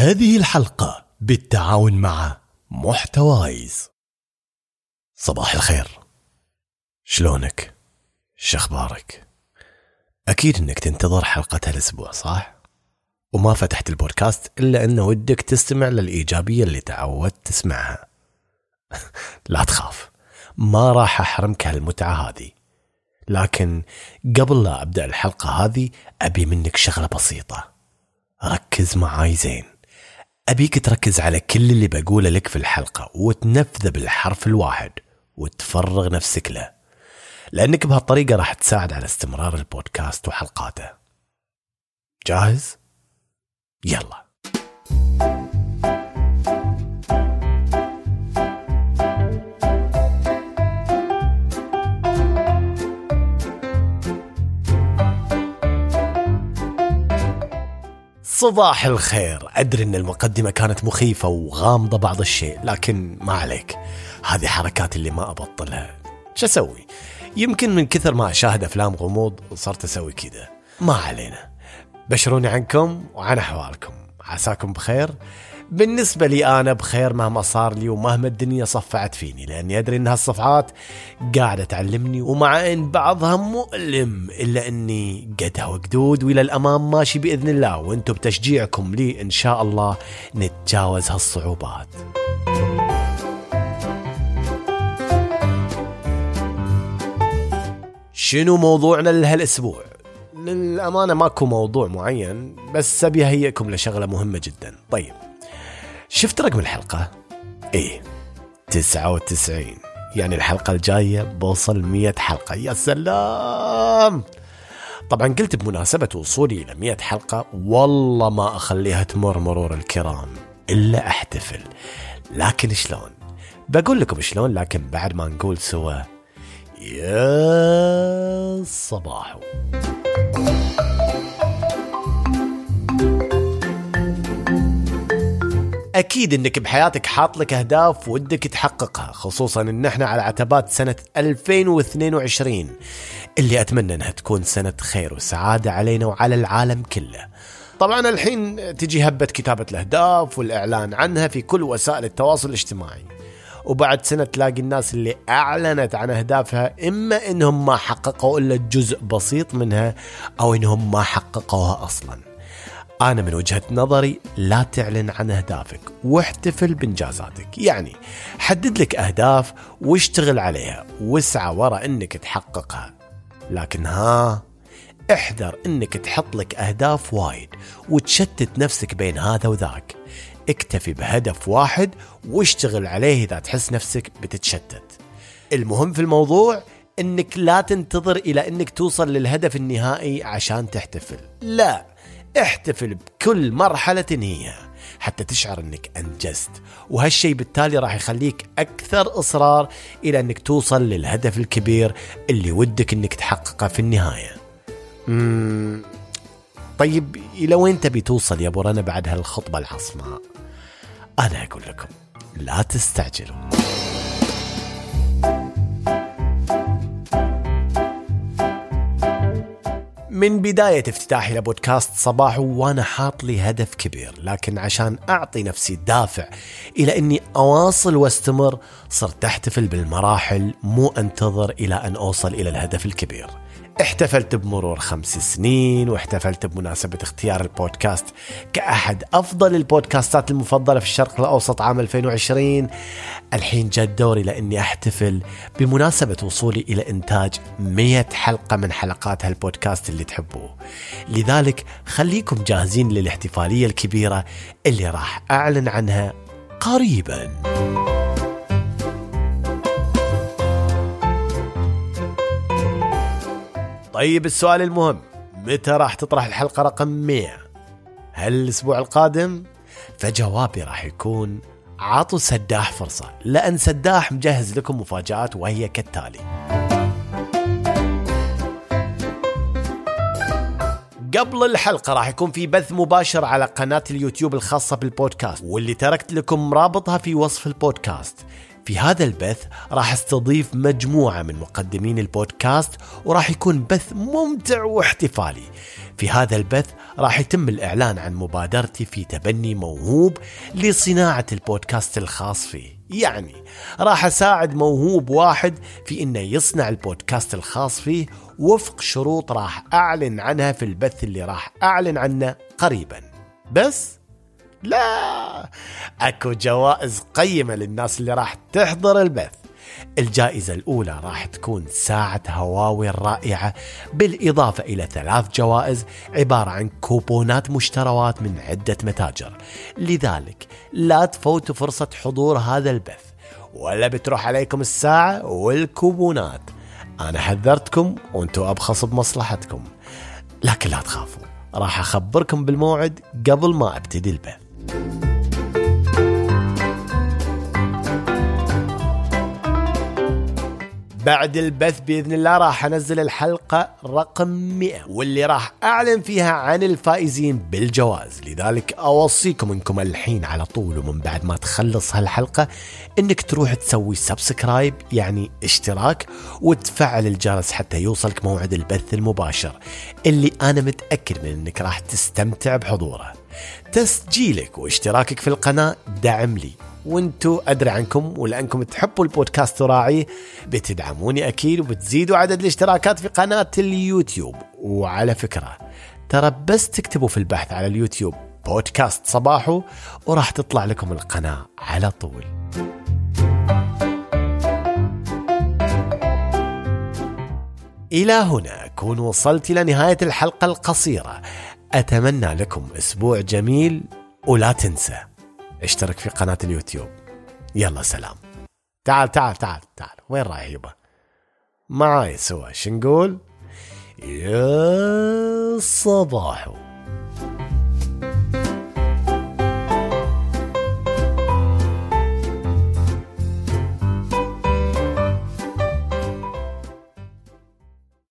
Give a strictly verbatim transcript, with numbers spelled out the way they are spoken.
هذه الحلقة بالتعاون مع محتوايز. صباح الخير، شلونك؟ شخبارك؟ أكيد أنك تنتظر حلقة هالأسبوع صح؟ وما فتحت البودكاست إلا أنه ودك تستمع للإيجابية اللي تعودت تسمعها. لا تخاف، ما راح أحرمك هالمتعة هذه، لكن قبل لا أبدأ الحلقة هذه أبي منك شغلة بسيطة. ركز معاي زين، أبيك تركز على كل اللي بقوله لك في الحلقة وتنفذه بالحرف الواحد وتفرغ نفسك له، لأنك بهالطريقة راح تساعد على استمرار البودكاست وحلقاته. جاهز؟ يلا. صباح الخير. أدري أن المقدمة كانت مخيفة وغامضة بعض الشيء، لكن ما عليك، هذه حركات اللي ما أبطلها. شو أسوي؟ يمكن من كثر ما أشاهد أفلام غموض صرت أسوي كذا. ما علينا، بشروني عنكم وعن أحوالكم، عساكم بخير. بالنسبة لي أنا بخير مهما صار لي ومهما الدنيا صفعت فيني، لأني أدري أن هالصفعات قاعدة تعلمني، ومع أن بعضها مؤلم إلا أني قدها وقدود وإلى الأمام ماشي بإذن الله، وأنتم بتشجيعكم لي إن شاء الله نتجاوز هالصعوبات. شنو موضوعنا لهالأسبوع؟ للأمانة ماكو موضوع معين، بس أبي أهيئكم لشغلة مهمة جدا. طيب، شفت رقم الحلقة؟ ايه، تسعة وتسعين، يعني الحلقة الجاية بوصل مية حلقة. يا سلام. طبعا قلت بمناسبة وصولي إلى مية حلقة والله ما أخليها تمر مرور الكرام إلا أحتفل. لكن شلون؟ بقول لكم شلون، لكن بعد ما نقول سوا يا صباحو. أكيد إنك بحياتك حاط لك أهداف ودك تحققها، خصوصاً إن إحنا على عتبات سنة ألفين واثنين وعشرين اللي أتمنى إنها تكون سنة خير وسعادة علينا وعلى العالم كله. طبعاً الحين تجي هبة كتابة الأهداف والإعلان عنها في كل وسائل التواصل الاجتماعي، وبعد سنة تلاقي الناس اللي أعلنت عن أهدافها إما إنهم ما حققوا إلا جزء بسيط منها أو إنهم ما حققوها أصلاً. أنا من وجهة نظري لا تعلن عن أهدافك واحتفل بإنجازاتك، يعني حدد لك أهداف واشتغل عليها واسعى وراء إنك تحققها، لكن ها احذر إنك تحط لك أهداف وايد وتشتت نفسك بين هذا وذاك. اكتفي بهدف واحد واشتغل عليه إذا تحس نفسك بتتشتت. المهم في الموضوع إنك لا تنتظر إلى إنك توصل للهدف النهائي عشان تحتفل، لا، احتفل بكل مرحلة تنهيها حتى تشعر انك انجزت، وهالشي بالتالي راح يخليك اكثر اصرار الى انك توصل للهدف الكبير اللي ودك انك تحققه في النهاية. مم... طيب الى وين تبي توصل يا بورانا بعد هالخطبة العصماء؟ انا اقول لكم لا تستعجلوا. من بداية افتتاحي لبودكاست صباحو وأنا حاط لي هدف كبير، لكن عشان أعطي نفسي دافع إلى أني أواصل واستمر صرت أحتفل بالمراحل، مو أنتظر إلى أن أوصل إلى الهدف الكبير. احتفلت بمرور خمس سنين، واحتفلت بمناسبة اختيار البودكاست كأحد أفضل البودكاستات المفضلة في الشرق الأوسط عام ألفين وعشرين. الحين جاء دوري لأني أحتفل بمناسبة وصولي إلى إنتاج مية حلقة من حلقات هالبودكاست اللي تحبوه، لذلك خليكم جاهزين للاحتفالية الكبيرة اللي راح أعلن عنها قريباً. طيب السؤال المهم، متى راح تطرح الحلقة رقم مية؟ هل الأسبوع القادم؟ فجوابي راح يكون عطوا سداح فرصة، لأن سداح مجهز لكم مفاجآت وهي كالتالي. قبل الحلقة راح يكون في بث مباشر على قناة اليوتيوب الخاصة بالبودكاست، واللي تركت لكم رابطها في وصف البودكاست. في هذا البث راح استضيف مجموعة من مقدمين البودكاست، وراح يكون بث ممتع واحتفالي. في هذا البث راح يتم الإعلان عن مبادرتي في تبني موهوب لصناعة البودكاست الخاص فيه. يعني راح أساعد موهوب واحد في إنه يصنع البودكاست الخاص فيه وفق شروط راح أعلن عنها في البث اللي راح أعلن عنه قريبا. بس لا، أكو جوائز قيمة للناس اللي راح تحضر البث. الجائزة الأولى راح تكون ساعة هواوي رائعة، بالإضافة إلى ثلاث جوائز عبارة عن كوبونات مشتروات من عدة متاجر. لذلك لا تفوتوا فرصة حضور هذا البث، ولا بتروح عليكم الساعة والكوبونات. أنا حذرتكم وانتوا أبخص بمصلحتكم، لكن لا تخافوا، راح أخبركم بالموعد قبل ما أبتدي البث. بعد البث بإذن الله راح أنزل الحلقة رقم مئة، واللي راح أعلن فيها عن الفائزين بالجوائز. لذلك أوصيكم إنكم الحين على طول ومن بعد ما تخلص هالحلقة إنك تروح تسوي سبسكرايب، يعني اشتراك، وتفعل الجرس حتى يوصلك موعد البث المباشر اللي أنا متأكد من إنك راح تستمتع بحضوره. تسجيلك واشتراكك في القناة دعم لي، وانتو أدري عنكم ولأنكم تحبوا البودكاست وراعيه بتدعموني أكيد، وبتزيدوا عدد الاشتراكات في قناة اليوتيوب. وعلى فكرة ترى بس تكتبوا في البحث على اليوتيوب بودكاست صباحو وراح تطلع لكم القناة على طول. إلى هنا أكون وصلت إلى نهاية الحلقة القصيرة. أتمنى لكم أسبوع جميل، ولا تنسى اشترك في قناة اليوتيوب. يلا سلام. تعال تعال تعال تعال، وين رايح يبا؟ معاي سوا شنقول؟ يا صباحو.